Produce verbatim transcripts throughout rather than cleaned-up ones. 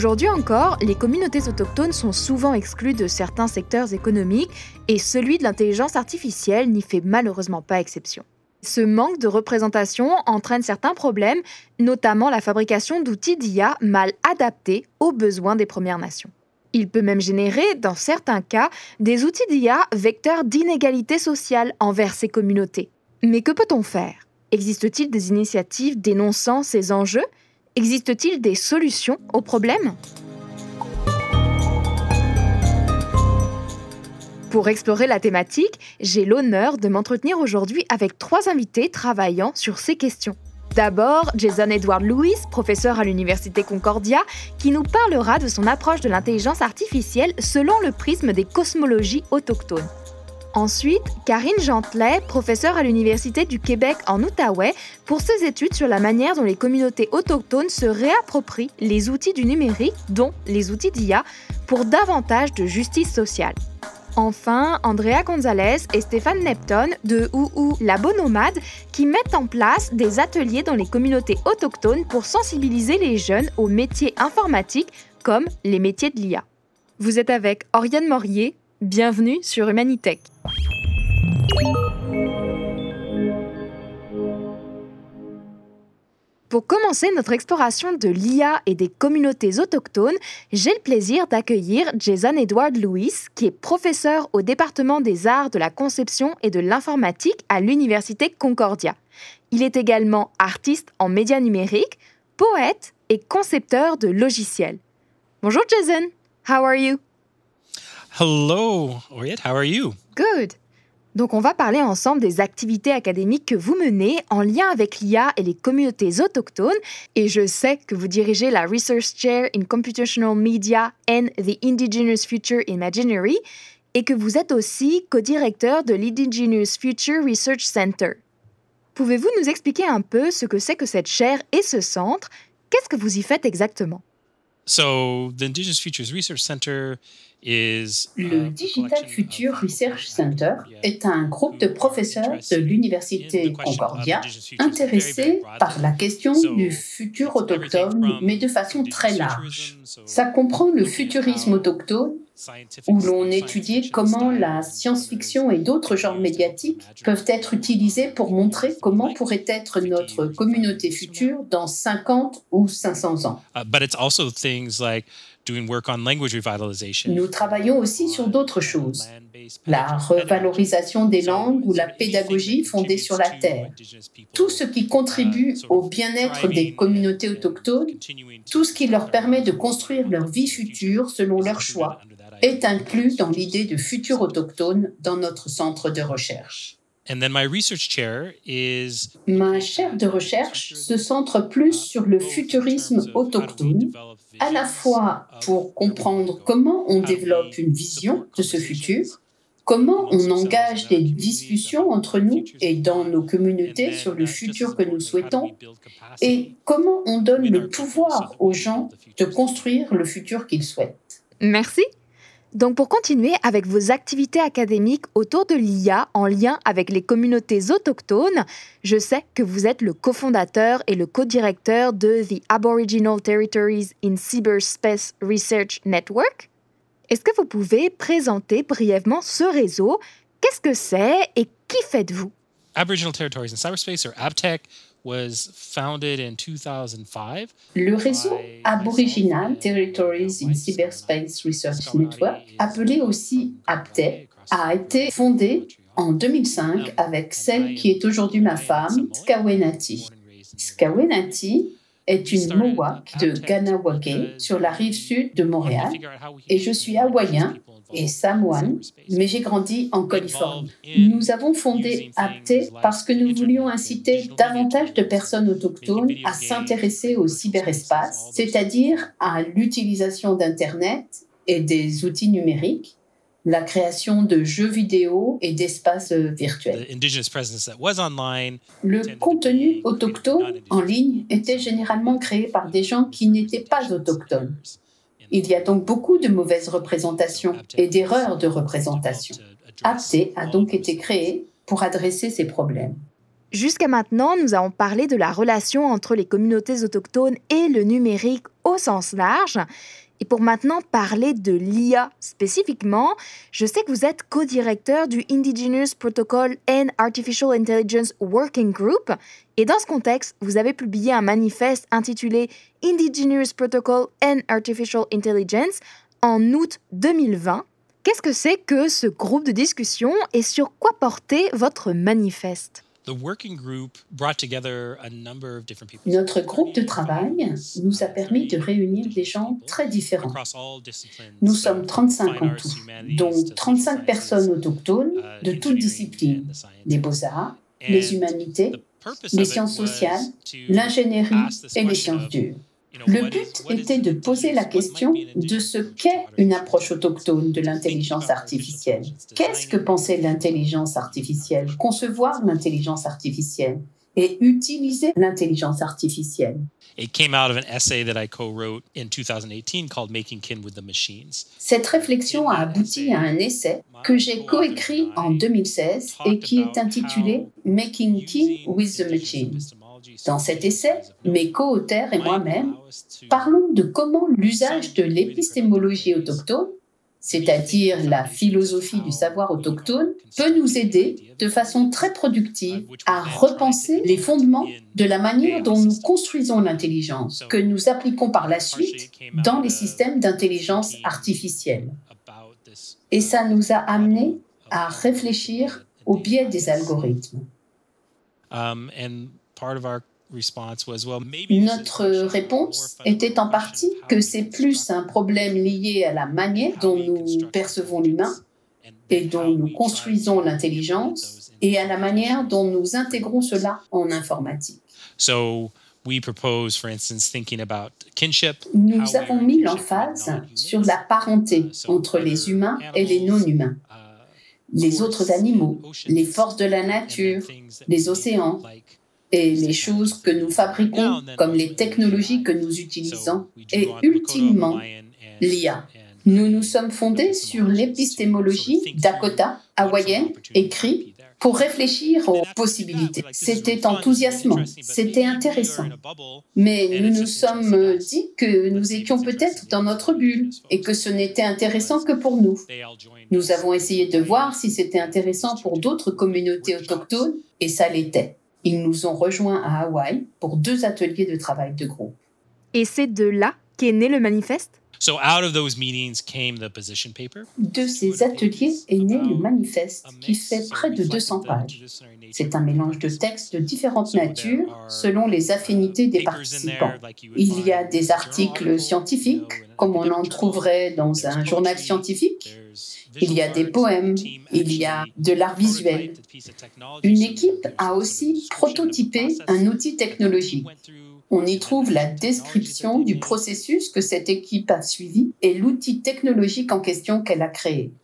Aujourd'hui encore, les communautés autochtones sont souvent exclues de certains secteurs économiques et celui de l'intelligence artificielle n'y fait malheureusement pas exception. Ce manque de représentation entraîne certains problèmes, notamment la fabrication d'outils d'I A mal adaptés aux besoins des Premières Nations. Il peut même générer, dans certains cas, des outils d'I A vecteurs d'inégalité sociale envers ces communautés. Mais que peut-on faire ? Existe-t-il des initiatives dénonçant ces enjeux ? Existe-t-il des solutions aux problèmes ? Pour explorer la thématique, j'ai l'honneur de m'entretenir aujourd'hui avec trois invités travaillant sur ces questions. D'abord, Jason Edward Lewis, professeur à l'Université Concordia, qui nous parlera de son approche de l'intelligence artificielle selon le prisme des cosmologies autochtones. Ensuite, Karine Gentelet, professeure à l'Université du Québec en Outaouais, pour ses études sur la manière dont les communautés autochtones se réapproprient les outils du numérique, dont les outils d'I A, pour davantage de justice sociale. Enfin, Andrea Gonzalez et Stéphane Nepton de Ouhou Labo Nomade qui mettent en place des ateliers dans les communautés autochtones pour sensibiliser les jeunes aux métiers informatiques comme les métiers de l'I A. Vous êtes avec Oriane Morier, bienvenue sur Humanitech. Pour commencer notre exploration de l'I A et des communautés autochtones, j'ai le plaisir d'accueillir Jason Edward Lewis, qui est professeur au département des arts de la conception et de l'informatique à l'Université Concordia. Il est également artiste en médias numériques, poète et concepteur de logiciels. Bonjour Jason, how are you? Hello, Oriette, how are you? Good. Donc on va parler ensemble des activités académiques que vous menez en lien avec l'I A et les communautés autochtones. Et je sais que vous dirigez la Research Chair in Computational Media and the Indigenous Future Imaginary et que vous êtes aussi co-directeur de l'Indigenous Future Research Center. Pouvez-vous nous expliquer un peu ce que c'est que cette chaire et ce centre? Qu'est-ce que vous y faites exactement? So, the Indigenous Futures Research Center is, uh, Le Digital Future Research Center est un groupe de professeurs de l'Université Concordia intéressés par la question du futur autochtone, mais de façon très large. Ça comprend le futurisme autochtone, où l'on étudie comment la science-fiction et d'autres genres médiatiques peuvent être utilisés pour montrer comment pourrait être notre communauté future dans cinquante ou cinq cents ans. uh, but it's also things like doing work on language revitalization. Nous travaillons aussi sur d'autres choses. La revalorisation des langues ou la pédagogie fondée sur la terre. Tout ce qui contribue au bien-être des communautés autochtones, tout ce qui leur permet de construire leur vie future selon leurs choix, est inclus dans l'idée de futur autochtone dans notre centre de recherche. And then my research chair is Ma chaire de recherche se centre plus sur le futurisme autochtone, à la fois pour comprendre comment on développe une vision de ce futur, comment on engage des discussions entre nous et dans nos communautés sur le futur que nous souhaitons, et comment on donne le pouvoir aux gens de construire le futur qu'ils souhaitent. Merci. Donc pour continuer avec vos activités académiques autour de l'I A en lien avec les communautés autochtones, je sais que vous êtes le cofondateur et le co-directeur de The Aboriginal Territories in Cyberspace Research Network. Est-ce que vous pouvez présenter brièvement ce réseau? Qu'est-ce que c'est et qui faites-vous? Aboriginal Territories in Cyberspace, or ABTEC, was founded in two thousand five. Le réseau Aboriginal Territories in Cyberspace Research Network, appelé aussi ABTEC, a été fondé en deux mille cinq avec celle qui est aujourd'hui ma femme, Skawenati. Skawenati est une Mohawk de Ganawake sur la rive sud de Montréal et je suis hawaïen et samoan, mais j'ai grandi en Californie. Nous avons fondé ABTEC parce que nous voulions inciter davantage de personnes autochtones à s'intéresser au cyberespace, c'est-à-dire à l'utilisation d'Internet et des outils numériques, la création de jeux vidéo et d'espaces virtuels. Le contenu autochtone en ligne était généralement créé par des gens qui n'étaient pas autochtones. Il y a donc beaucoup de mauvaises représentations et d'erreurs de représentation. ABTEC a donc été créé pour adresser ces problèmes. Jusqu'à maintenant, nous avons parlé de la relation entre les communautés autochtones et le numérique au sens large. Et pour maintenant parler de l'I A spécifiquement, je sais que vous êtes co-directeur du Indigenous Protocol and Artificial Intelligence Working Group. Et dans ce contexte, vous avez publié un manifeste intitulé Indigenous Protocol and Artificial Intelligence en août deux mille vingt. Qu'est-ce que c'est que ce groupe de discussion et sur quoi portait votre manifeste ? Notre groupe de travail nous a permis de réunir des gens très différents. Nous sommes trente-cinq en tout, dont trente-cinq personnes autochtones de toutes disciplines, les beaux-arts, les humanités, les sciences sociales, l'ingénierie et les sciences dures. Le but était de poser la question de ce qu'est une approche autochtone de l'intelligence artificielle. Qu'est-ce que pensait l'intelligence artificielle? Concevoir l'intelligence artificielle et utiliser l'intelligence artificielle. Cette réflexion a abouti à un essai que j'ai coécrit en deux mille seize et qui est intitulé Making Kin with the Machines. Dans cet essai, mes co-auteurs et moi-même parlons de comment l'usage de l'épistémologie autochtone, c'est-à-dire la philosophie du savoir autochtone, peut nous aider de façon très productive à repenser les fondements de la manière dont nous construisons l'intelligence, que nous appliquons par la suite dans les systèmes d'intelligence artificielle. Et ça nous a amené à réfléchir au biais des algorithmes. Um, and part of our Notre réponse était en partie que c'est plus un problème lié à la manière dont nous percevons l'humain et dont nous construisons l'intelligence et à la manière dont nous intégrons cela en informatique. Nous avons mis l'emphase sur la parenté entre les humains et les non-humains, les autres animaux, les forces de la nature, les océans, et les choses que nous fabriquons, comme les technologies que nous utilisons, et ultimement l'I A. Nous nous sommes fondés sur l'épistémologie Dakota, hawaïenne et Cri pour réfléchir aux possibilités. C'était enthousiasmant, c'était intéressant. Mais nous nous sommes dit que nous étions peut-être dans notre bulle et que ce n'était intéressant que pour nous. Nous avons essayé de voir si c'était intéressant pour d'autres communautés autochtones et ça l'était. Ils nous ont rejoints à Hawaï pour deux ateliers de travail de groupe. Et c'est de là qu'est né le manifeste? De ces ateliers est né le manifeste qui fait près de deux cents pages. C'est un mélange de textes de différentes natures selon les affinités des participants. Il y a des articles scientifiques, comme on en trouverait dans un journal scientifique. Il y a des poèmes, il y a de l'art visuel. Une équipe a aussi prototypé un outil technologique. On y trouve la description du processus que cette équipe a suivi et l'outil technologique en question qu'elle a créé.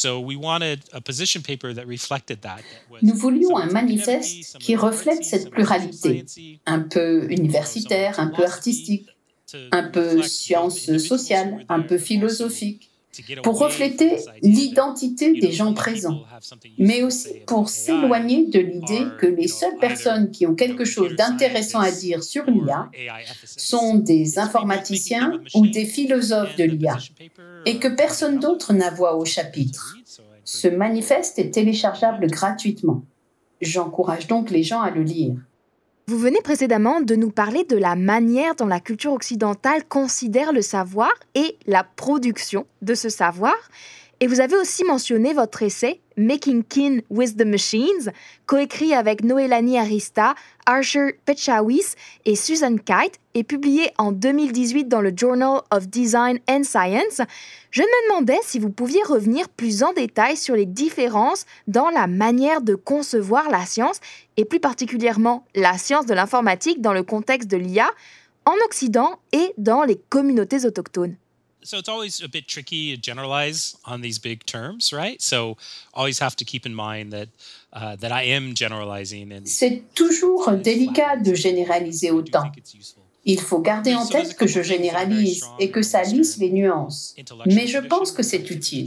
Nous voulions un manifeste qui reflète cette pluralité, un peu universitaire, un peu artistique, un peu sciences sociales, un peu philosophique, pour refléter l'identité des gens présents, mais aussi pour s'éloigner de l'idée que les seules personnes qui ont quelque chose d'intéressant à dire sur l'I A sont des informaticiens ou des philosophes de l'I A, et que personne d'autre n'a voix au chapitre. Ce manifeste est téléchargeable gratuitement. J'encourage donc les gens à le lire. Vous venez précédemment de nous parler de la manière dont la culture occidentale considère le savoir et la production de ce savoir. Et vous avez aussi mentionné votre essai « Making Kin with the Machines », coécrit avec Noélanie Arista, Archer Petchawis et Susan Kite, et publié en deux mille dix-huit dans le Journal of Design and Science. Je me demandais si vous pouviez revenir plus en détail sur les différences dans la manière de concevoir la science, et plus particulièrement la science de l'informatique dans le contexte de l'I A, en Occident et dans les communautés autochtones. So it's always a bit tricky to generalize on these big terms, right? So always have to keep in mind that uh, that I am generalizing. And c'est toujours délicat de généraliser autant. Il faut garder en tête que je généralise et que ça lisse les nuances. Mais je pense que c'est utile.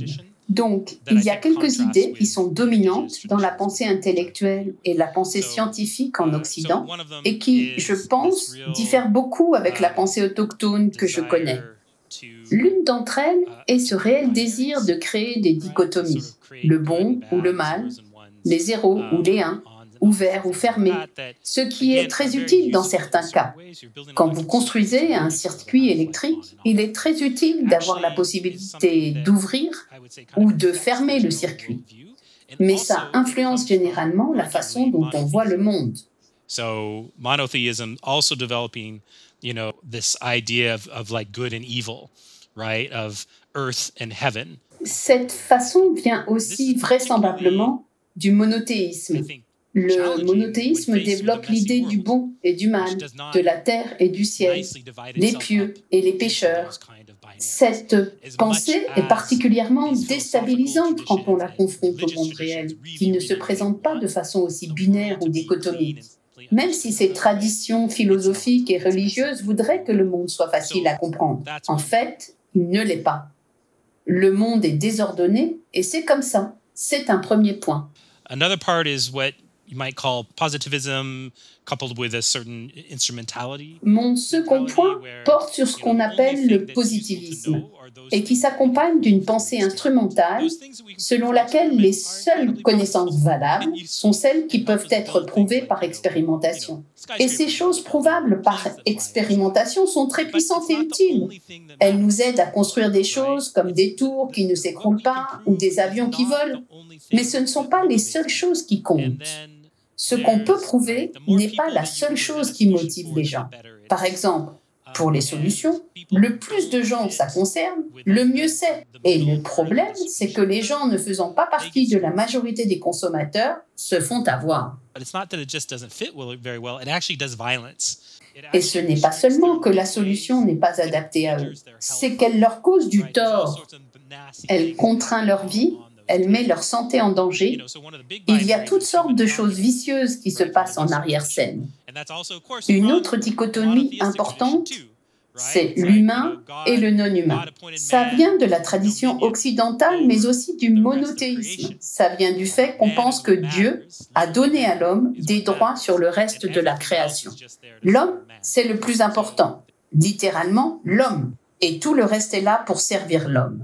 Donc, il y a quelques idées qui sont dominantes dans la pensée intellectuelle et la pensée scientifique en Occident et qui, je pense, diffèrent beaucoup avec la pensée autochtone que je connais. L'une d'entre elles est ce réel désir de créer des dichotomies, le bon ou le mal, les zéros ou les uns, ouverts ou fermés, ce qui est très utile dans certains cas. Quand vous construisez un circuit électrique, il est très utile d'avoir la possibilité d'ouvrir ou de fermer le circuit. Mais ça influence généralement la façon dont on voit le monde. So monotheism also developing, you know, this idea of, of like good and evil, right? Of earth and heaven. Cette façon vient aussi vraisemblablement du monothéisme. Le monothéisme développe l'idée du bon et du mal, de la terre et du ciel, les pieux et les pécheurs. Cette pensée est particulièrement déstabilisante quand on la confronte au monde réel, qui ne se présente pas de façon aussi binaire ou dichotomique. Même si ces traditions philosophiques et religieuses voudraient que le monde soit facile à comprendre, en fait, il ne l'est pas. Le monde est désordonné et c'est comme ça. C'est un premier point. Another part is what you might call positivism coupled with a certain instrumentality. Mon second point porte sur ce qu'on appelle le positivisme et qui s'accompagne d'une pensée instrumentale selon laquelle les seules connaissances valables sont celles qui peuvent être prouvées par expérimentation. Et ces choses prouvables par expérimentation sont très puissantes et utiles. Elles nous aident à construire des choses comme des tours qui ne s'écroulent pas ou des avions qui volent, mais ce ne sont pas les seules choses qui comptent. Ce qu'on peut prouver n'est pas la seule chose qui motive les gens. Par exemple, pour les solutions, le plus de gens ça concerne, le mieux c'est. Et le problème, c'est que les gens ne faisant pas partie de la majorité des consommateurs se font avoir. Et ce n'est pas seulement que la solution n'est pas adaptée à eux, c'est qu'elle leur cause du tort. Elle contraint leur vie, elle met leur santé en danger. Il y a toutes sortes de choses vicieuses qui se passent en arrière-scène. Une autre dichotomie importante, c'est l'humain et le non-humain. Ça vient de la tradition occidentale, mais aussi du monothéisme. Ça vient du fait qu'on pense que Dieu a donné à l'homme des droits sur le reste de la création. L'homme, c'est le plus important. Littéralement, l'homme. Et tout le reste est là pour servir l'homme.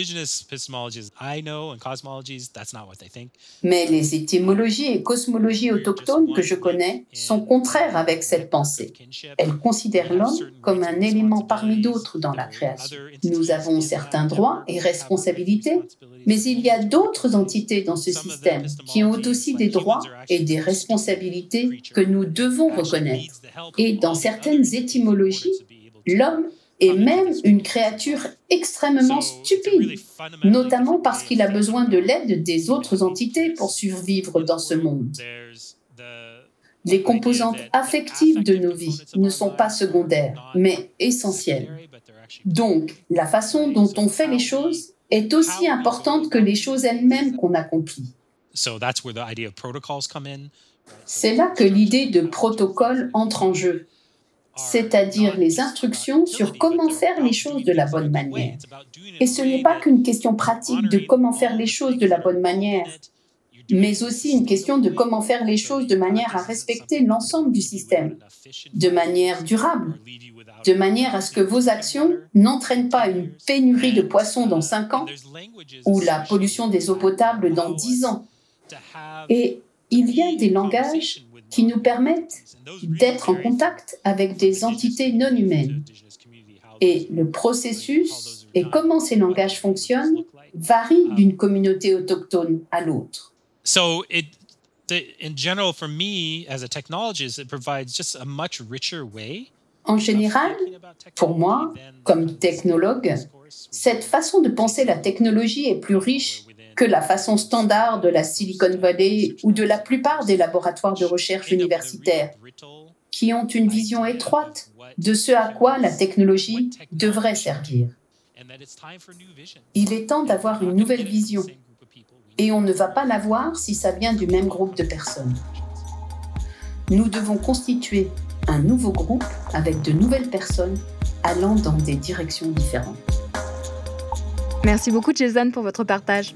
Mais les étymologies et cosmologies autochtones que je connais sont contraires avec cette pensée. Elles considèrent l'homme comme un élément parmi d'autres dans la création. Nous avons certains droits et responsabilités, mais il y a d'autres entités dans ce système qui ont aussi des droits et des responsabilités que nous devons reconnaître. Et dans certaines étymologies, l'homme est même une créature extrêmement stupide, notamment parce qu'il a besoin de l'aide des autres entités pour survivre dans ce monde. Les composantes affectives de nos vies ne sont pas secondaires, mais essentielles. Donc, la façon dont on fait les choses est aussi importante que les choses elles-mêmes qu'on accomplit. C'est là que l'idée de protocole entre en jeu, c'est-à-dire les instructions sur comment faire les choses de la bonne manière. Et ce n'est pas qu'une question pratique de comment faire les choses de la bonne manière, mais aussi une question de comment faire les choses de manière à respecter l'ensemble du système, de manière durable, de manière à ce que vos actions n'entraînent pas une pénurie de poissons dans cinq ans ou la pollution des eaux potables dans dix ans. Et il y a des langages qui nous permettent d'être en contact avec des entités non humaines. Et le processus et comment ces langages fonctionnent varient d'une communauté autochtone à l'autre. So it, the, in general, for me as a technologist, it provides just a much richer way. En général, pour moi, comme technologue, cette façon de penser la technologie est plus riche que la façon standard de la Silicon Valley ou de la plupart des laboratoires de recherche universitaires, qui ont une vision étroite de ce à quoi la technologie devrait servir. Il est temps d'avoir une nouvelle vision, et on ne va pas l'avoir si ça vient du même groupe de personnes. Nous devons constituer un nouveau groupe avec de nouvelles personnes allant dans des directions différentes. Merci beaucoup Jason pour votre partage.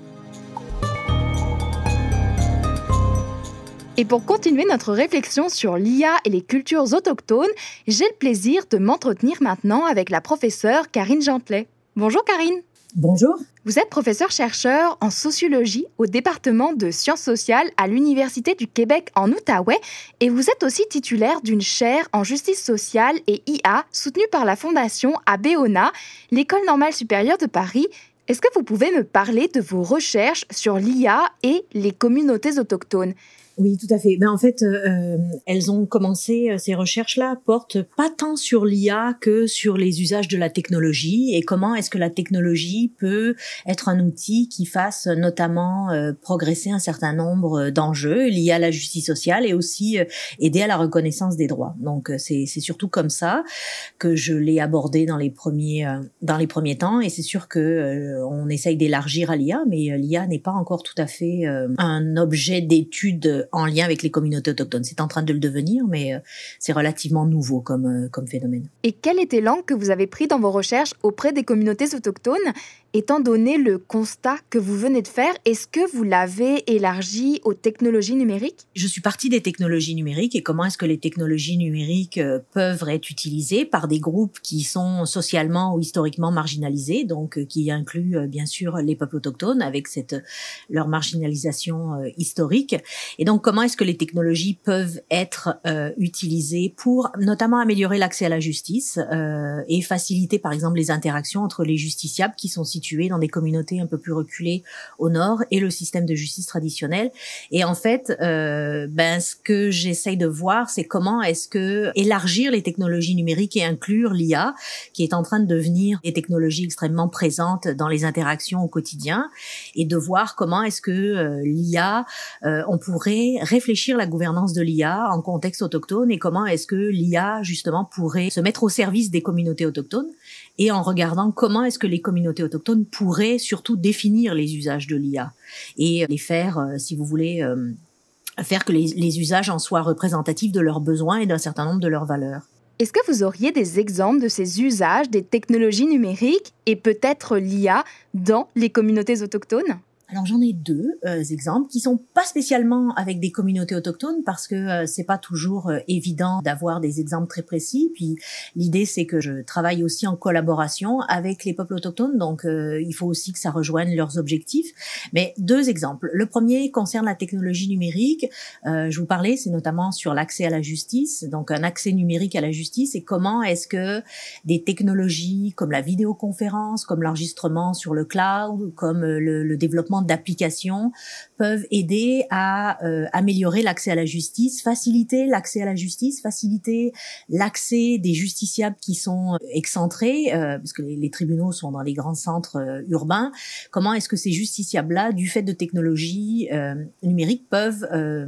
Et pour continuer notre réflexion sur l'I A et les cultures autochtones, j'ai le plaisir de m'entretenir maintenant avec la professeure Karine Gentelet. Bonjour Karine. Bonjour. Vous êtes professeure-chercheur en sociologie au département de sciences sociales à l'Université du Québec en Outaouais et vous êtes aussi titulaire d'une chaire en justice sociale et I A soutenue par la fondation Abeona, l'École normale supérieure de Paris. Est-ce que vous pouvez me parler de vos recherches sur l'I A et les communautés autochtones ? Oui, tout à fait. Ben en fait, euh, elles ont commencé, ces recherches-là portent pas tant sur l'I A que sur les usages de la technologie et comment est-ce que la technologie peut être un outil qui fasse notamment euh, progresser un certain nombre d'enjeux liés à la justice sociale et aussi euh, aider à la reconnaissance des droits. Donc c'est c'est surtout comme ça que je l'ai abordé dans les premiers euh, dans les premiers temps et c'est sûr que euh, on essaye d'élargir à l'I A, mais l'I A n'est pas encore tout à fait euh, un objet d'étude en lien avec les communautés autochtones. C'est en train de le devenir, mais c'est relativement nouveau comme, comme phénomène. Et quel était l'angle que vous avez pris dans vos recherches auprès des communautés autochtones ? Étant donné le constat que vous venez de faire, est-ce que vous l'avez élargi aux technologies numériques ? Je suis partie des technologies numériques et comment est-ce que les technologies numériques peuvent être utilisées par des groupes qui sont socialement ou historiquement marginalisés, donc qui incluent bien sûr les peuples autochtones avec cette, leur marginalisation historique. Et donc comment est-ce que les technologies peuvent être euh, utilisées pour notamment améliorer l'accès à la justice euh, et faciliter par exemple les interactions entre les justiciables qui sont situés dans des communautés un peu plus reculées au nord et le système de justice traditionnel. Et en fait, euh, ben ce que j'essaye de voir, c'est comment est-ce que élargir les technologies numériques et inclure l'I A, qui est en train de devenir des technologies extrêmement présentes dans les interactions au quotidien, et de voir comment est-ce que euh, l'I A, euh, on pourrait réfléchir la gouvernance de l'I A en contexte autochtone et comment est-ce que l'I A justement pourrait se mettre au service des communautés autochtones et en regardant comment est-ce que les communautés autochtones pourraient surtout définir les usages de l'I A et les faire, euh, si vous voulez, euh, faire que les, les usages en soient représentatifs de leurs besoins et d'un certain nombre de leurs valeurs. Est-ce que vous auriez des exemples de ces usages des technologies numériques et peut-être l'I A dans les communautés autochtones ? Alors j'en ai deux euh, exemples qui sont pas spécialement avec des communautés autochtones parce que euh, c'est pas toujours euh, évident d'avoir des exemples très précis. Puis l'idée c'est que je travaille aussi en collaboration avec les peuples autochtones, donc euh, il faut aussi que ça rejoigne leurs objectifs. Mais deux exemples. Le premier concerne la technologie numérique. Euh, je vous parlais, c'est notamment sur l'accès à la justice, donc un accès numérique à la justice et comment est-ce que des technologies comme la vidéoconférence, comme l'enregistrement sur le cloud, comme le, le développement d'applications peuvent aider à euh, améliorer l'accès à la justice, faciliter l'accès à la justice, faciliter l'accès des justiciables qui sont excentrés, euh, parce que les, les tribunaux sont dans les grands centres euh, urbains. Comment est-ce que ces justiciables-là, du fait de technologies euh, numériques, peuvent euh,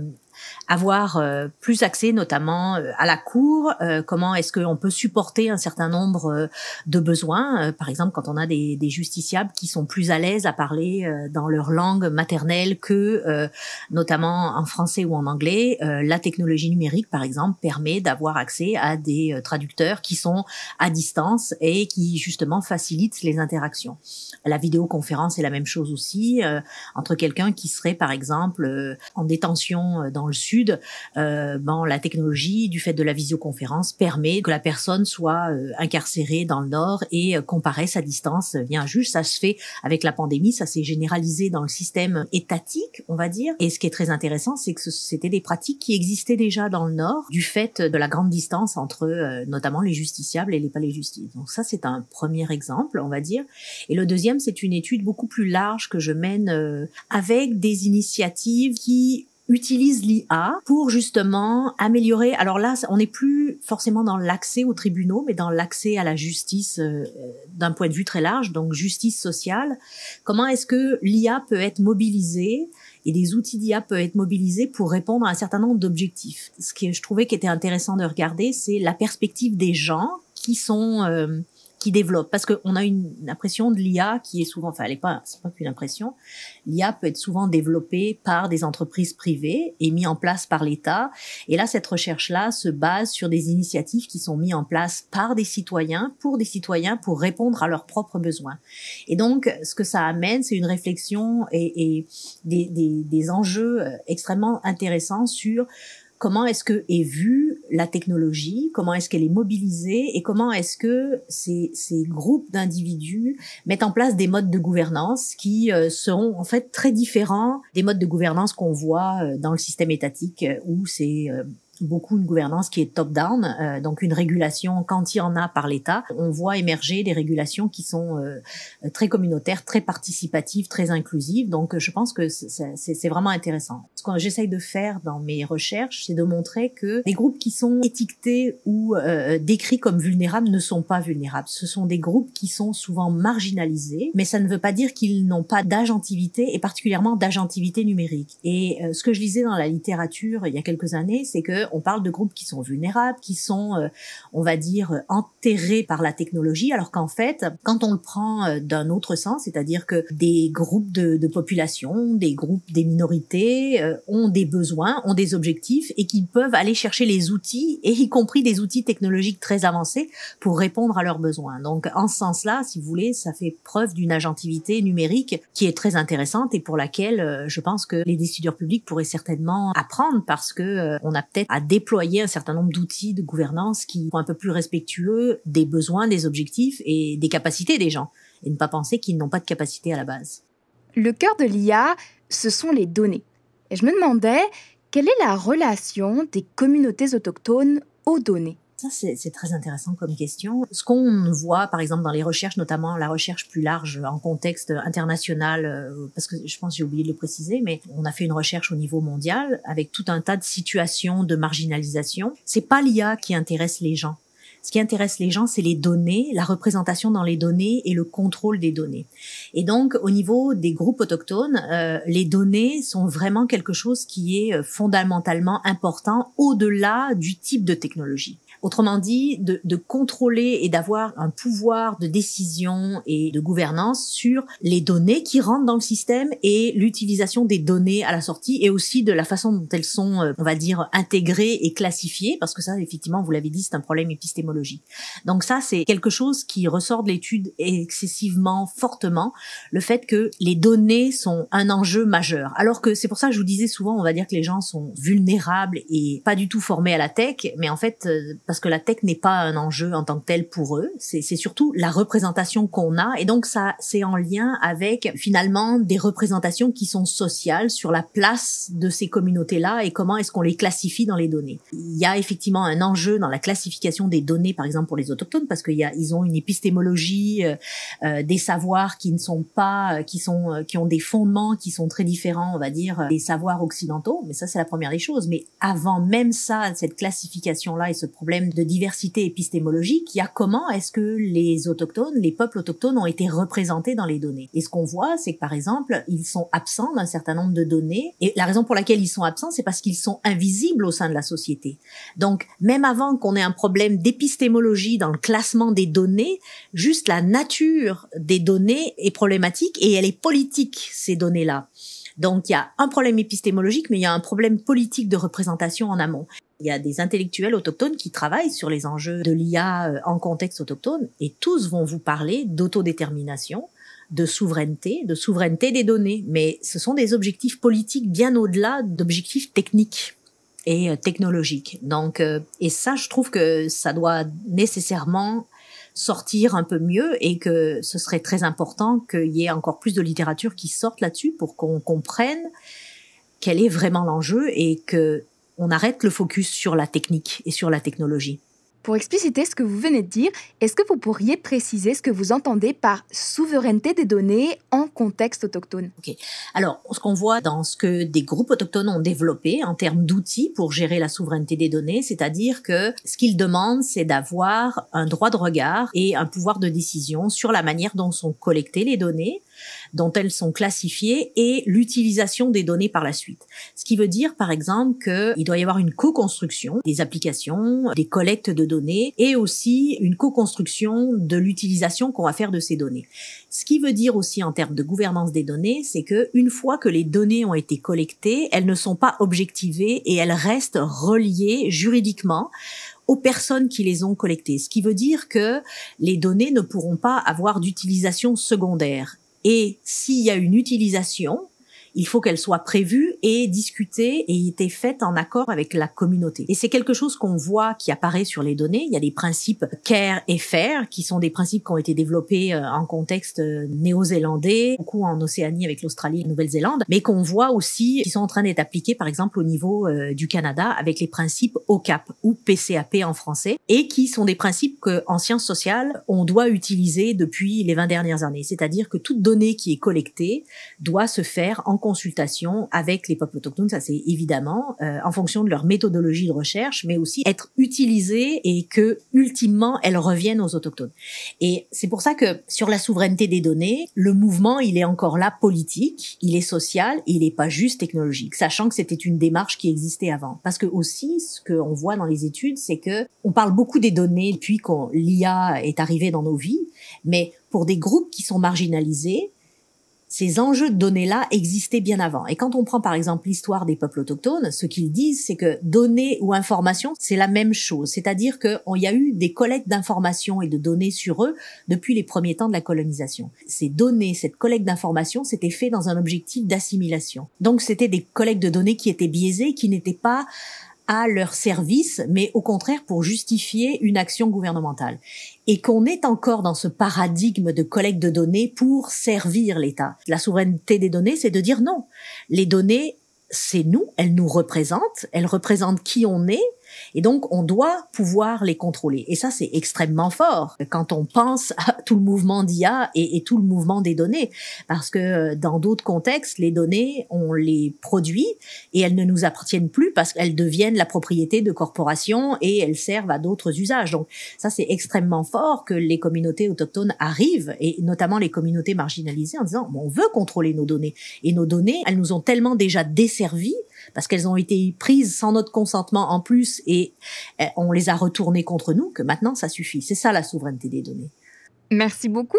avoir euh, plus accès notamment euh, à la cour, euh, comment est-ce qu'on peut supporter un certain nombre euh, de besoins, euh, par exemple quand on a des, des justiciables qui sont plus à l'aise à parler euh, dans leur langue maternelle que euh, notamment en français ou en anglais, euh, la technologie numérique par exemple permet d'avoir accès à des euh, traducteurs qui sont à distance et qui justement facilitent les interactions. La vidéoconférence est la même chose aussi, euh, entre quelqu'un qui serait par exemple euh, en détention euh, dans le sud, euh, bon, la technologie du fait de la visioconférence permet que la personne soit euh, incarcérée dans le nord et euh, comparaisse à distance via un juge. Ça se fait avec la pandémie, ça s'est généralisé dans le système étatique, on va dire. Et ce qui est très intéressant, c'est que ce, c'était des pratiques qui existaient déjà dans le nord du fait de la grande distance entre euh, notamment les justiciables et les palais de justice. Donc ça, c'est un premier exemple, on va dire. Et le deuxième, c'est une étude beaucoup plus large que je mène euh, avec des initiatives qui utilise l'I A pour justement améliorer. Alors là, on n'est plus forcément dans l'accès aux tribunaux, mais dans l'accès à la justice euh, d'un point de vue très large, donc justice sociale. Comment est-ce que l'I A peut être mobilisée et des outils d'I A peuvent être mobilisés pour répondre à un certain nombre d'objectifs. Ce que je trouvais qui était intéressant de regarder, c'est la perspective des gens qui sont euh, qui développent, parce qu'on a une, une impression de l'I A qui est souvent, enfin, elle est pas, c'est pas qu'une impression. L'I A peut être souvent développée par des entreprises privées et mise en place par l'État. Et là, cette recherche-là se base sur des initiatives qui sont mises en place par des citoyens, pour des citoyens, pour répondre à leurs propres besoins. Et donc, ce que ça amène, c'est une réflexion et, et des, des, des enjeux extrêmement intéressants sur comment est-ce que est vue la technologie, comment est-ce qu'elle est mobilisée et comment est-ce que ces, ces groupes d'individus mettent en place des modes de gouvernance qui euh, seront en fait très différents des modes de gouvernance qu'on voit euh, dans le système étatique euh, où c'est euh, beaucoup une gouvernance qui est top-down, euh, donc une régulation quand il y en a par l'État. On voit émerger des régulations qui sont euh, très communautaires, très participatives, très inclusives. Donc je pense que c'est, c'est, c'est vraiment intéressant. Ce que j'essaye de faire dans mes recherches, c'est de montrer que les groupes qui sont étiquetés ou euh, décrits comme vulnérables ne sont pas vulnérables. Ce sont des groupes qui sont souvent marginalisés, mais ça ne veut pas dire qu'ils n'ont pas d'agentivité et particulièrement d'agentivité numérique. Et euh, ce que je lisais dans la littérature il y a quelques années, c'est que on parle de groupes qui sont vulnérables, qui sont, euh, on va dire, enterrés par la technologie, alors qu'en fait, quand on le prend euh, d'un autre sens, c'est-à-dire que des groupes de, de population, des groupes, des minorités euh, ont des besoins, ont des objectifs et qui peuvent aller chercher les outils, et y compris des outils technologiques très avancés pour répondre à leurs besoins. Donc, en ce sens-là, si vous voulez, ça fait preuve d'une agentivité numérique qui est très intéressante et pour laquelle euh, je pense que les décideurs publics pourraient certainement apprendre parce que euh, on a peut-être à déployer un certain nombre d'outils de gouvernance qui sont un peu plus respectueux des besoins, des objectifs et des capacités des gens, et ne pas penser qu'ils n'ont pas de capacité à la base. Le cœur de l'I A, ce sont les données. Et je me demandais, quelle est la relation des communautés autochtones aux données ? Ça, c'est, c'est très intéressant comme question. Ce qu'on voit, par exemple, dans les recherches, notamment la recherche plus large en contexte international, euh, parce que je pense que j'ai oublié de le préciser, mais on a fait une recherche au niveau mondial avec tout un tas de situations de marginalisation. C'est pas l'I A qui intéresse les gens. Ce qui intéresse les gens, c'est les données, la représentation dans les données et le contrôle des données. Et donc, au niveau des groupes autochtones, euh, les données sont vraiment quelque chose qui est fondamentalement important au-delà du type de technologie. Autrement dit, de, de contrôler et d'avoir un pouvoir de décision et de gouvernance sur les données qui rentrent dans le système et l'utilisation des données à la sortie et aussi de la façon dont elles sont, on va dire, intégrées et classifiées, parce que ça, effectivement, vous l'avez dit, c'est un problème épistémologique. Donc ça, c'est quelque chose qui ressort de l'étude excessivement fortement, le fait que les données sont un enjeu majeur. Alors que c'est pour ça que je vous disais souvent, on va dire que les gens sont vulnérables et pas du tout formés à la tech, mais en fait, parce que la tech n'est pas un enjeu en tant que tel pour eux, c'est, c'est surtout la représentation qu'on a, et donc ça, c'est en lien avec finalement des représentations qui sont sociales sur la place de ces communautés-là et comment est-ce qu'on les classifie dans les données. Il y a effectivement un enjeu dans la classification des données, par exemple pour les autochtones, parce qu'il y a, ils ont une épistémologie, euh, euh, des savoirs qui ne sont pas, qui sont, euh, qui ont des fondements qui sont très différents, on va dire, des savoirs occidentaux. Mais ça, c'est la première des choses. Mais avant même ça, cette classification-là et ce problème de diversité épistémologique, il y a comment est-ce que les autochtones, les peuples autochtones ont été représentés dans les données. Et ce qu'on voit, c'est que par exemple, ils sont absents d'un certain nombre de données. Et la raison pour laquelle ils sont absents, c'est parce qu'ils sont invisibles au sein de la société. Donc, même avant qu'on ait un problème d'épistémologie dans le classement des données, juste la nature des données est problématique et elle est politique, ces données-là. Donc, il y a un problème épistémologique, mais il y a un problème politique de représentation en amont. Il y a des intellectuels autochtones qui travaillent sur les enjeux de l'I A en contexte autochtone et tous vont vous parler d'autodétermination, de souveraineté, de souveraineté des données. Mais ce sont des objectifs politiques bien au-delà d'objectifs techniques et technologiques. Donc, euh, et ça, je trouve que ça doit nécessairement sortir un peu mieux et que ce serait très important qu'il y ait encore plus de littérature qui sorte là-dessus pour qu'on comprenne quel est vraiment l'enjeu et que on arrête le focus sur la technique et sur la technologie. Pour expliciter ce que vous venez de dire, est-ce que vous pourriez préciser ce que vous entendez par souveraineté des données en contexte autochtone ? Ok. Alors, ce qu'on voit dans ce que des groupes autochtones ont développé en termes d'outils pour gérer la souveraineté des données, c'est-à-dire que ce qu'ils demandent, c'est d'avoir un droit de regard et un pouvoir de décision sur la manière dont sont collectées les données, dont elles sont classifiées et l'utilisation des données par la suite. Ce qui veut dire, par exemple, qu'il doit y avoir une co-construction des applications, des collectes de données et aussi une co-construction de l'utilisation qu'on va faire de ces données. Ce qui veut dire aussi en termes de gouvernance des données, c'est que une fois que les données ont été collectées, elles ne sont pas objectivées et elles restent reliées juridiquement aux personnes qui les ont collectées. Ce qui veut dire que les données ne pourront pas avoir d'utilisation secondaire. Et s'il y a une utilisation, il faut qu'elle soit prévue et discutée et été faite en accord avec la communauté. Et c'est quelque chose qu'on voit qui apparaît sur les données. Il y a des principes care et fair, qui sont des principes qui ont été développés en contexte néo-zélandais, beaucoup en Océanie avec l'Australie et la Nouvelle-Zélande, mais qu'on voit aussi qui sont en train d'être appliqués, par exemple, au niveau euh, du Canada avec les principes O C A P ou P C A P en français, et qui sont des principes qu'en sciences sociales, on doit utiliser depuis les vingt dernières années. C'est-à-dire que toute donnée qui est collectée doit se faire en consultation avec les peuples autochtones, ça c'est évidemment euh, en fonction de leur méthodologie de recherche, mais aussi être utilisée et que ultimement elles reviennent aux autochtones. Et c'est pour ça que sur la souveraineté des données, le mouvement il est encore là politique, il est social, il est pas juste technologique, sachant que c'était une démarche qui existait avant. Parce que aussi ce qu'on voit dans les études, c'est que on parle beaucoup des données depuis qu'on l'I A est arrivée dans nos vies, mais pour des groupes qui sont marginalisés, ces enjeux de données-là existaient bien avant. Et quand on prend par exemple l'histoire des peuples autochtones, ce qu'ils disent, c'est que données ou informations, c'est la même chose. C'est-à-dire qu'il y a eu des collectes d'informations et de données sur eux depuis les premiers temps de la colonisation. Ces données, cette collecte d'informations, c'était fait dans un objectif d'assimilation. Donc c'était des collectes de données qui étaient biaisées, qui n'étaient pas à leur service, mais au contraire pour justifier une action gouvernementale. Et qu'on est encore dans ce paradigme de collecte de données pour servir l'État. La souveraineté des données, c'est de dire non. Les données, c'est nous, elles nous représentent, elles représentent qui on est, et donc on doit pouvoir les contrôler. Et ça, c'est extrêmement fort quand on pense à tout le mouvement d'I A et, et tout le mouvement des données. Parce que dans d'autres contextes, les données, on les produit et elles ne nous appartiennent plus parce qu'elles deviennent la propriété de corporations et elles servent à d'autres usages. Donc ça, c'est extrêmement fort que les communautés autochtones arrivent, et notamment les communautés marginalisées, en disant bon, on veut contrôler nos données. Et nos données, elles nous ont tellement déjà desservies parce qu'elles ont été prises sans notre consentement en plus et on les a retournées contre nous, que maintenant ça suffit. C'est ça la souveraineté des données. Merci beaucoup.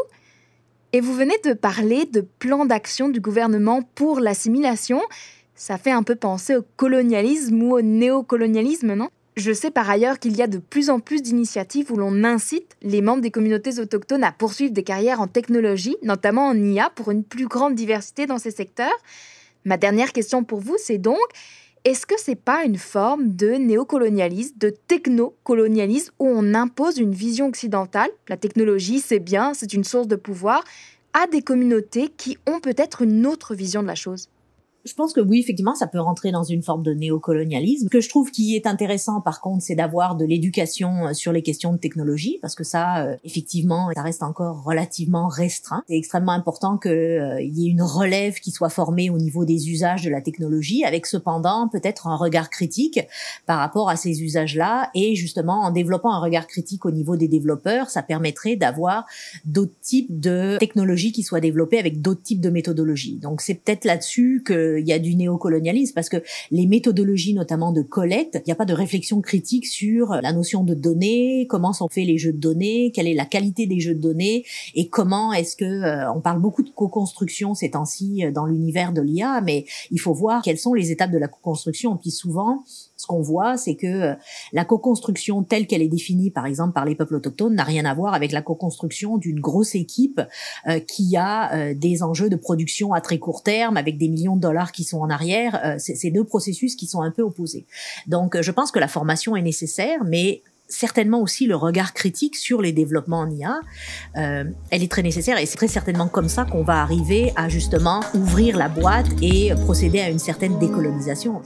Et vous venez de parler de plan d'action du gouvernement pour l'assimilation. Ça fait un peu penser au colonialisme ou au néocolonialisme, non ? Je sais par ailleurs qu'il y a de plus en plus d'initiatives où l'on incite les membres des communautés autochtones à poursuivre des carrières en technologie, notamment en I A, pour une plus grande diversité dans ces secteurs. Ma dernière question pour vous, c'est donc, est-ce que c'est pas une forme de néocolonialisme, de technocolonialisme, où on impose une vision occidentale, la technologie c'est bien, c'est une source de pouvoir, à des communautés qui ont peut-être une autre vision de la chose ? Je pense que oui, effectivement, ça peut rentrer dans une forme de néocolonialisme. Ce que je trouve qui est intéressant, par contre, c'est d'avoir de l'éducation sur les questions de technologie, parce que ça, euh, effectivement, ça reste encore relativement restreint. C'est extrêmement important qu'il euh, y ait une relève qui soit formée au niveau des usages de la technologie, avec cependant peut-être un regard critique par rapport à ces usages-là. Et justement, en développant un regard critique au niveau des développeurs, ça permettrait d'avoir d'autres types de technologies qui soient développées avec d'autres types de méthodologies. Donc, c'est peut-être là-dessus que il y a du néocolonialisme, parce que les méthodologies notamment de collecte, il n'y a pas de réflexion critique sur la notion de données, comment sont faits les jeux de données, quelle est la qualité des jeux de données et comment est-ce que euh, on parle beaucoup de co-construction ces temps-ci dans l'univers de l'I A, mais il faut voir quelles sont les étapes de la co-construction. Puis souvent, ce qu'on voit, c'est que la co-construction telle qu'elle est définie, par exemple, par les peuples autochtones, n'a rien à voir avec la co-construction d'une grosse équipe euh, qui a euh, des enjeux de production à très court terme, avec des millions de dollars qui sont en arrière. Euh, c'est, c'est deux processus qui sont un peu opposés. Donc, je pense que la formation est nécessaire, mais certainement aussi le regard critique sur les développements en I A, euh, elle est très nécessaire, et c'est très certainement comme ça qu'on va arriver à justement ouvrir la boîte et procéder à une certaine décolonisation.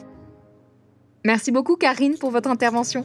Merci beaucoup Karine pour votre intervention.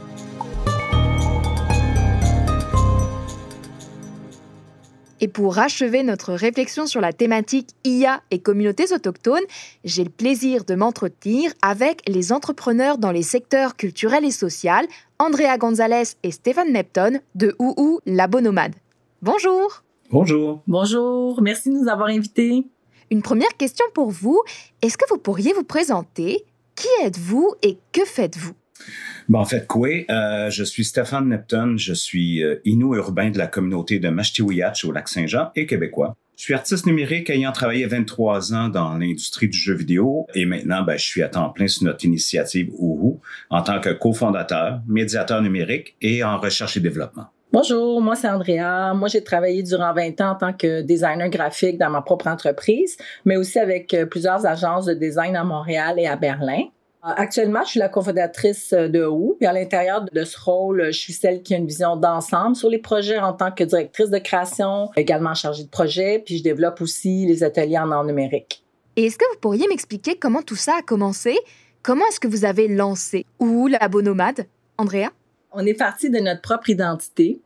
Et pour achever notre réflexion sur la thématique I A et communautés autochtones, j'ai le plaisir de m'entretenir avec les entrepreneurs dans les secteurs culturels et social, Andrea Gonzalez et Stéphane Nepton de Ouhou Labo Nomade. Bonjour. Bonjour. Bonjour, merci de nous avoir invités. Une première question pour vous. Est-ce que vous pourriez vous présenter? Qui êtes-vous et que faites-vous? Bon, en fait, quoi? Euh, je suis Stéphane Neptune. Je suis euh, Innu urbain de la communauté de Mashtiouiatch au Lac-Saint-Jean et québécois. Je suis artiste numérique ayant travaillé vingt-trois ans dans l'industrie du jeu vidéo et maintenant, ben, je suis à temps plein sur notre initiative Uhu en tant que cofondateur, médiateur numérique et en recherche et développement. Bonjour, moi c'est Andrea. Moi j'ai travaillé durant vingt ans en tant que designer graphique dans ma propre entreprise, mais aussi avec plusieurs agences de design à Montréal et à Berlin. Actuellement, je suis la cofondatrice de Uhu, et à l'intérieur de ce rôle, je suis celle qui a une vision d'ensemble sur les projets en tant que directrice de création, également chargée de projet, puis je développe aussi les ateliers en art numérique. Et est-ce que vous pourriez m'expliquer comment tout ça a commencé? Comment est-ce que vous avez lancé Uhu Labo Nomade? Andrea? On est parti de notre propre identité.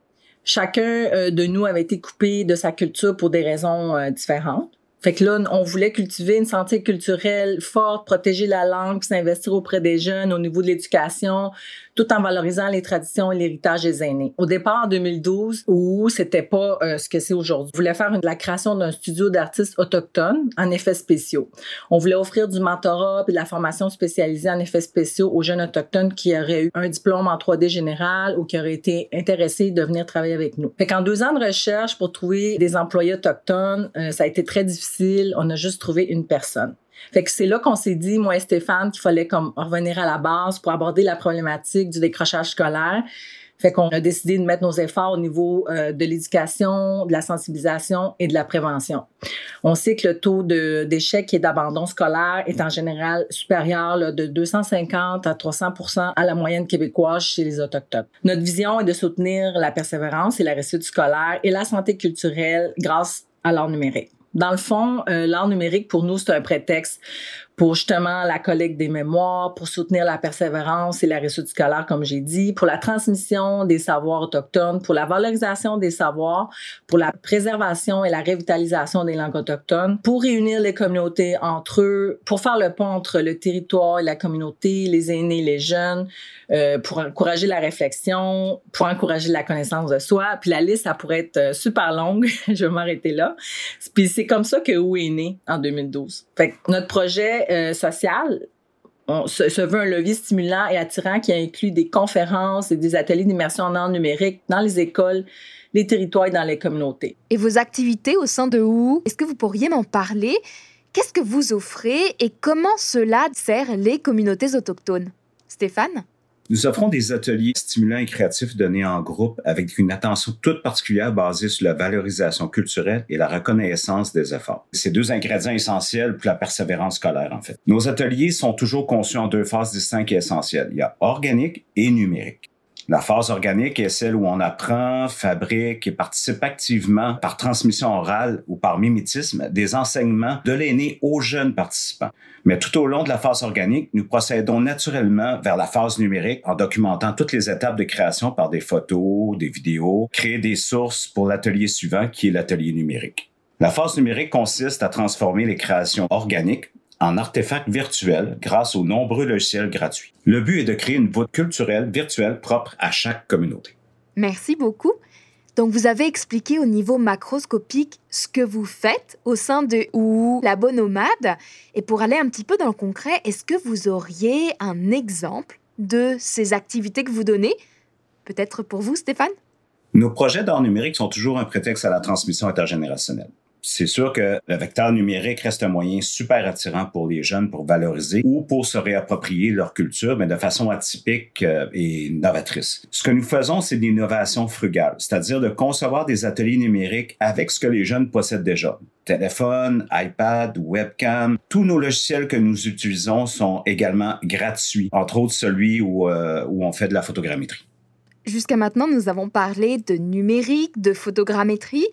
Chacun de nous avait été coupé de sa culture pour des raisons différentes. Fait que là, on voulait cultiver une santé culturelle forte, protéger la langue, puis s'investir auprès des jeunes au niveau de l'éducation, tout en valorisant les traditions et l'héritage des aînés. Au départ, en deux mille douze, où c'était pas euh, ce que c'est aujourd'hui. On voulait faire une, la création d'un studio d'artistes autochtones en effets spéciaux. On voulait offrir du mentorat et de la formation spécialisée en effets spéciaux aux jeunes autochtones qui auraient eu un diplôme en trois D général ou qui auraient été intéressés de venir travailler avec nous. Fait qu'en deux ans de recherche pour trouver des employés autochtones, euh, ça a été très difficile. On a juste trouvé une personne. Fait que c'est là qu'on s'est dit, moi et Stéphane, qu'il fallait comme revenir à la base pour aborder la problématique du décrochage scolaire. Fait qu'on a décidé de mettre nos efforts au niveau euh, de l'éducation, de la sensibilisation et de la prévention. On sait que le taux de, d'échec et d'abandon scolaire est en général supérieur là, de deux cent cinquante à trois cents pour cent à la moyenne québécoise chez les Autochtones. Notre vision est de soutenir la persévérance et la réussite scolaire et la santé culturelle grâce à l'art numérique. Dans le fond, euh, l'art numérique, pour nous, c'est un prétexte pour justement la collecte des mémoires, pour soutenir la persévérance et la réussite scolaire, comme j'ai dit, pour la transmission des savoirs autochtones, pour la valorisation des savoirs, pour la préservation et la revitalisation des langues autochtones, pour réunir les communautés entre eux, pour faire le pont entre le territoire et la communauté, les aînés, les jeunes, euh, pour encourager la réflexion, pour encourager la connaissance de soi. Puis la liste, ça pourrait être super longue. Je vais m'arrêter là. Puis c'est comme ça que Uhu est né en deux mille douze. Fait que notre projet Euh, social on, se, se veut un levier stimulant et attirant qui inclut des conférences et des ateliers d'immersion en art numérique dans les écoles, les territoires et dans les communautés. Et vos activités au sein de Uhu, est-ce que vous pourriez m'en parler? Qu'est-ce que vous offrez et comment cela sert les communautés autochtones? Stéphane? Nous offrons des ateliers stimulants et créatifs donnés en groupe avec une attention toute particulière basée sur la valorisation culturelle et la reconnaissance des efforts. C'est deux ingrédients essentiels pour la persévérance scolaire, en fait. Nos ateliers sont toujours conçus en deux phases distinctes et essentielles. Il y a organique et numérique. La phase organique est celle où on apprend, fabrique et participe activement par transmission orale ou par mimétisme des enseignements de l'aîné aux jeunes participants. Mais tout au long de la phase organique, nous procédons naturellement vers la phase numérique en documentant toutes les étapes de création par des photos, des vidéos, créer des sources pour l'atelier suivant qui est l'atelier numérique. La phase numérique consiste à transformer les créations organiques en artefacts virtuels grâce aux nombreux logiciels gratuits. Le but est de créer une voûte culturelle virtuelle propre à chaque communauté. Merci beaucoup. Donc, vous avez expliqué au niveau macroscopique ce que vous faites au sein de Uhu Labo Nomade. Et pour aller un petit peu dans le concret, est-ce que vous auriez un exemple de ces activités que vous donnez? Peut-être pour vous, Stéphane? Nos projets d'art numérique sont toujours un prétexte à la transmission intergénérationnelle. C'est sûr que le vecteur numérique reste un moyen super attirant pour les jeunes pour valoriser ou pour se réapproprier leur culture, mais de façon atypique et novatrice. Ce que nous faisons, c'est de l'innovation frugale, c'est-à-dire de concevoir des ateliers numériques avec ce que les jeunes possèdent déjà. Téléphone, iPad, webcam, tous nos logiciels que nous utilisons sont également gratuits, entre autres celui où, euh, où on fait de la photogrammétrie. Jusqu'à maintenant, nous avons parlé de numérique, de photogrammétrie.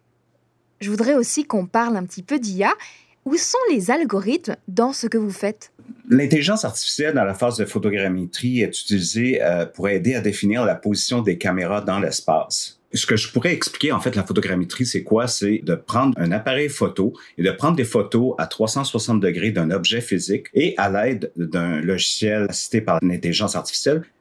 Je voudrais aussi qu'on parle un petit peu d'I A. Où sont les algorithmes dans ce que vous faites? L'intelligence artificielle dans la phase de photogrammétrie est utilisée euh, pour aider à définir la position des caméras dans l'espace. Ce que je pourrais expliquer, en fait, la photogrammétrie, c'est quoi? C'est de prendre un appareil photo et de prendre des photos à trois cent soixante degrés d'un objet physique et à l'aide d'un logiciel assisté par l'intelligence artificielle,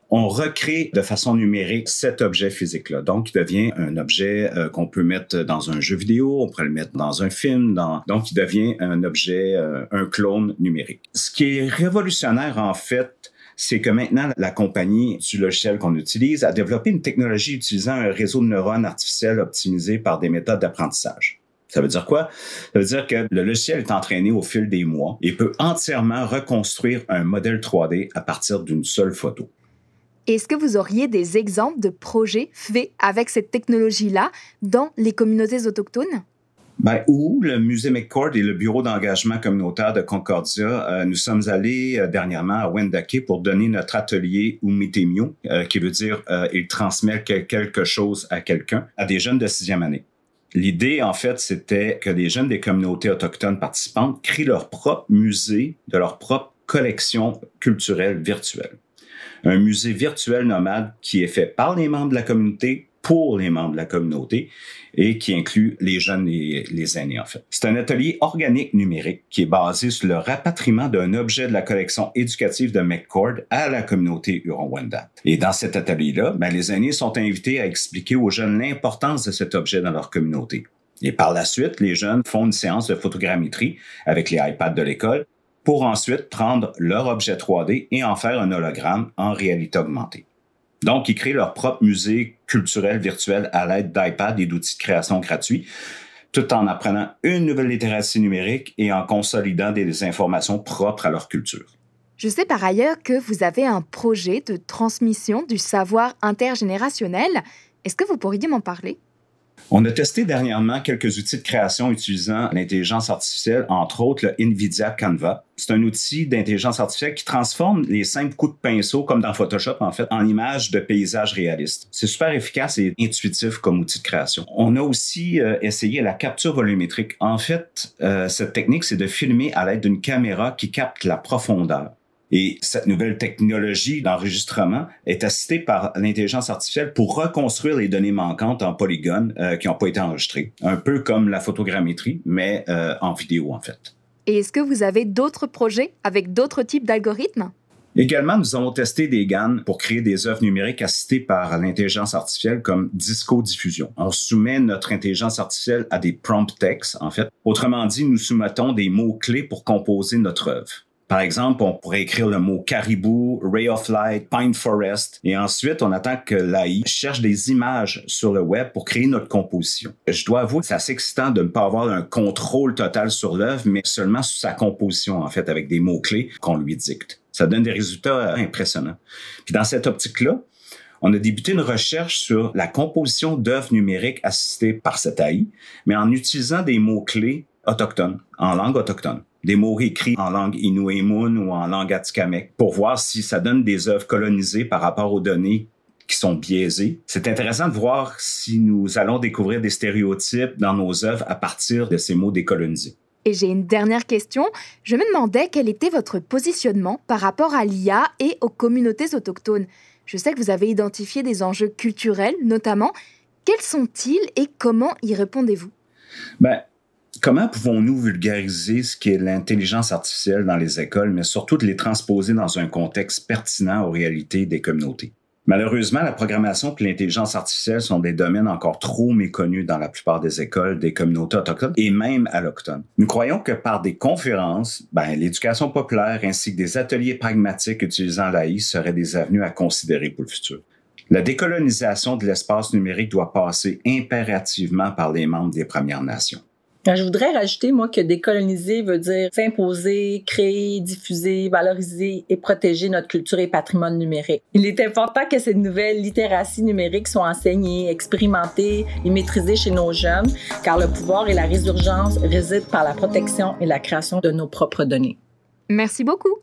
on recrée de façon numérique cet objet physique-là. Donc, il devient un objet euh, qu'on peut mettre dans un jeu vidéo, on pourrait le mettre dans un film. Dans... Donc, il devient un objet, euh, un clone numérique. Ce qui est révolutionnaire, en fait, c'est que maintenant, la compagnie du logiciel qu'on utilise a développé une technologie utilisant un réseau de neurones artificiels optimisé par des méthodes d'apprentissage. Ça veut dire quoi? Ça veut dire que le logiciel est entraîné au fil des mois et peut entièrement reconstruire un modèle trois D à partir d'une seule photo. Est-ce que vous auriez des exemples de projets faits avec cette technologie-là dans les communautés autochtones? Ben, où le musée McCord et le bureau d'engagement communautaire de Concordia, euh, nous sommes allés euh, dernièrement à Wendake pour donner notre atelier Umitemio, euh, qui veut dire euh, il transmet quelque chose à quelqu'un, à des jeunes de sixième année. L'idée, en fait, c'était que les jeunes des communautés autochtones participantes créent leur propre musée de leur propre collection culturelle virtuelle. Un musée virtuel nomade qui est fait par les membres de la communauté, pour les membres de la communauté et qui inclut les jeunes et les aînés, en fait. C'est un atelier organique numérique qui est basé sur le rapatriement d'un objet de la collection éducative de McCord à la communauté Huron-Wendat. Et dans cet atelier-là, ben, les aînés sont invités à expliquer aux jeunes l'importance de cet objet dans leur communauté. Et par la suite, les jeunes font une séance de photogrammétrie avec les iPads de l'école pour ensuite prendre leur objet trois D et en faire un hologramme en réalité augmentée. Donc, ils créent leur propre musée culturel virtuel à l'aide d'iPad et d'outils de création gratuits, tout en apprenant une nouvelle littératie numérique et en consolidant des informations propres à leur culture. Je sais par ailleurs que vous avez un projet de transmission du savoir intergénérationnel. Est-ce que vous pourriez m'en parler? On a testé dernièrement quelques outils de création utilisant l'intelligence artificielle, entre autres le NVIDIA Canva. C'est un outil d'intelligence artificielle qui transforme les simples coups de pinceau, comme dans Photoshop en fait, en images de paysages réalistes. C'est super efficace et intuitif comme outil de création. On a aussi euh, essayé la capture volumétrique. En fait, euh, cette technique, c'est de filmer à l'aide d'une caméra qui capte la profondeur. Et cette nouvelle technologie d'enregistrement est assistée par l'intelligence artificielle pour reconstruire les données manquantes en polygones euh, qui n'ont pas été enregistrées. Un peu comme la photogrammétrie, mais euh, en vidéo, en fait. Et est-ce que vous avez d'autres projets avec d'autres types d'algorithmes? Également, nous avons testé des G A N pour créer des œuvres numériques assistées par l'intelligence artificielle comme disco-diffusion. On soumet notre intelligence artificielle à des prompt texts, en fait. Autrement dit, nous soumettons des mots-clés pour composer notre œuvre. Par exemple, on pourrait écrire le mot caribou, ray of light, pine forest, et ensuite, on attend que l'A I cherche des images sur le web pour créer notre composition. Je dois avouer que c'est assez excitant de ne pas avoir un contrôle total sur l'œuvre, mais seulement sur sa composition, en fait, avec des mots-clés qu'on lui dicte. Ça donne des résultats impressionnants. Puis dans cette optique-là, on a débuté une recherche sur la composition d'œuvres numériques assistées par cette A I, mais en utilisant des mots-clés autochtones, en langue autochtone. Des mots écrits en langue Inuimun ou en langue Atikamekw pour voir si ça donne des œuvres colonisées par rapport aux données qui sont biaisées. C'est intéressant de voir si nous allons découvrir des stéréotypes dans nos œuvres à partir de ces mots décolonisés. Et j'ai une dernière question. Je me demandais quel était votre positionnement par rapport à l'I A et aux communautés autochtones. Je sais que vous avez identifié des enjeux culturels, notamment. Quels sont-ils et comment y répondez-vous? Ben, Comment pouvons-nous vulgariser ce qu'est l'intelligence artificielle dans les écoles, mais surtout de les transposer dans un contexte pertinent aux réalités des communautés? Malheureusement, la programmation et l'intelligence artificielle sont des domaines encore trop méconnus dans la plupart des écoles des communautés autochtones et même allochtones. Nous croyons que par des conférences, ben, l'éducation populaire ainsi que des ateliers pragmatiques utilisant l'A I seraient des avenues à considérer pour le futur. La décolonisation de l'espace numérique doit passer impérativement par les membres des Premières Nations. Je voudrais rajouter, moi, que décoloniser veut dire s'imposer, créer, diffuser, valoriser et protéger notre culture et patrimoine numérique. Il est important que cette nouvelle littératie numérique soit enseignée, expérimentée et maîtrisée chez nos jeunes, car le pouvoir et la résurgence résident par la protection et la création de nos propres données. Merci beaucoup.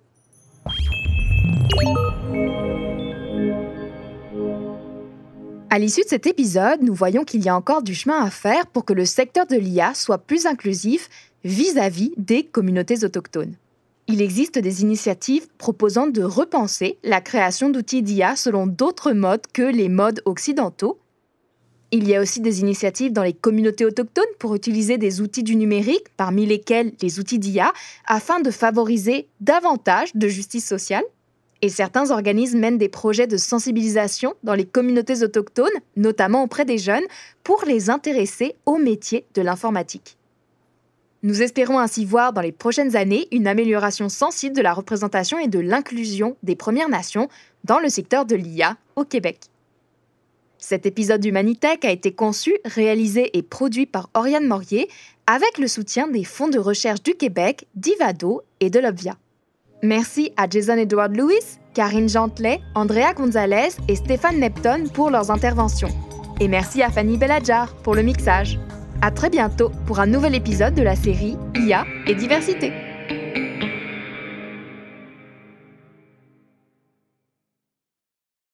À l'issue de cet épisode, nous voyons qu'il y a encore du chemin à faire pour que le secteur de l'I A soit plus inclusif vis-à-vis des communautés autochtones. Il existe des initiatives proposant de repenser la création d'outils d'I A selon d'autres modes que les modes occidentaux. Il y a aussi des initiatives dans les communautés autochtones pour utiliser des outils du numérique, parmi lesquels les outils d'I A, afin de favoriser davantage de justice sociale. Et certains organismes mènent des projets de sensibilisation dans les communautés autochtones, notamment auprès des jeunes, pour les intéresser au métier de l'informatique. Nous espérons ainsi voir dans les prochaines années une amélioration sensible de la représentation et de l'inclusion des Premières Nations dans le secteur de l'I A au Québec. Cet épisode d'Humanitech a été conçu, réalisé et produit par Oriane Morier avec le soutien des fonds de recherche du Québec, d'Ivado et de l'Obvia. Merci à Jason Edward Lewis, Karine Gentelet, Andrea Gonzalez et Stéphane Nepton pour leurs interventions. Et merci à Fanny Beladjar pour le mixage. À très bientôt pour un nouvel épisode de la série I A et diversité.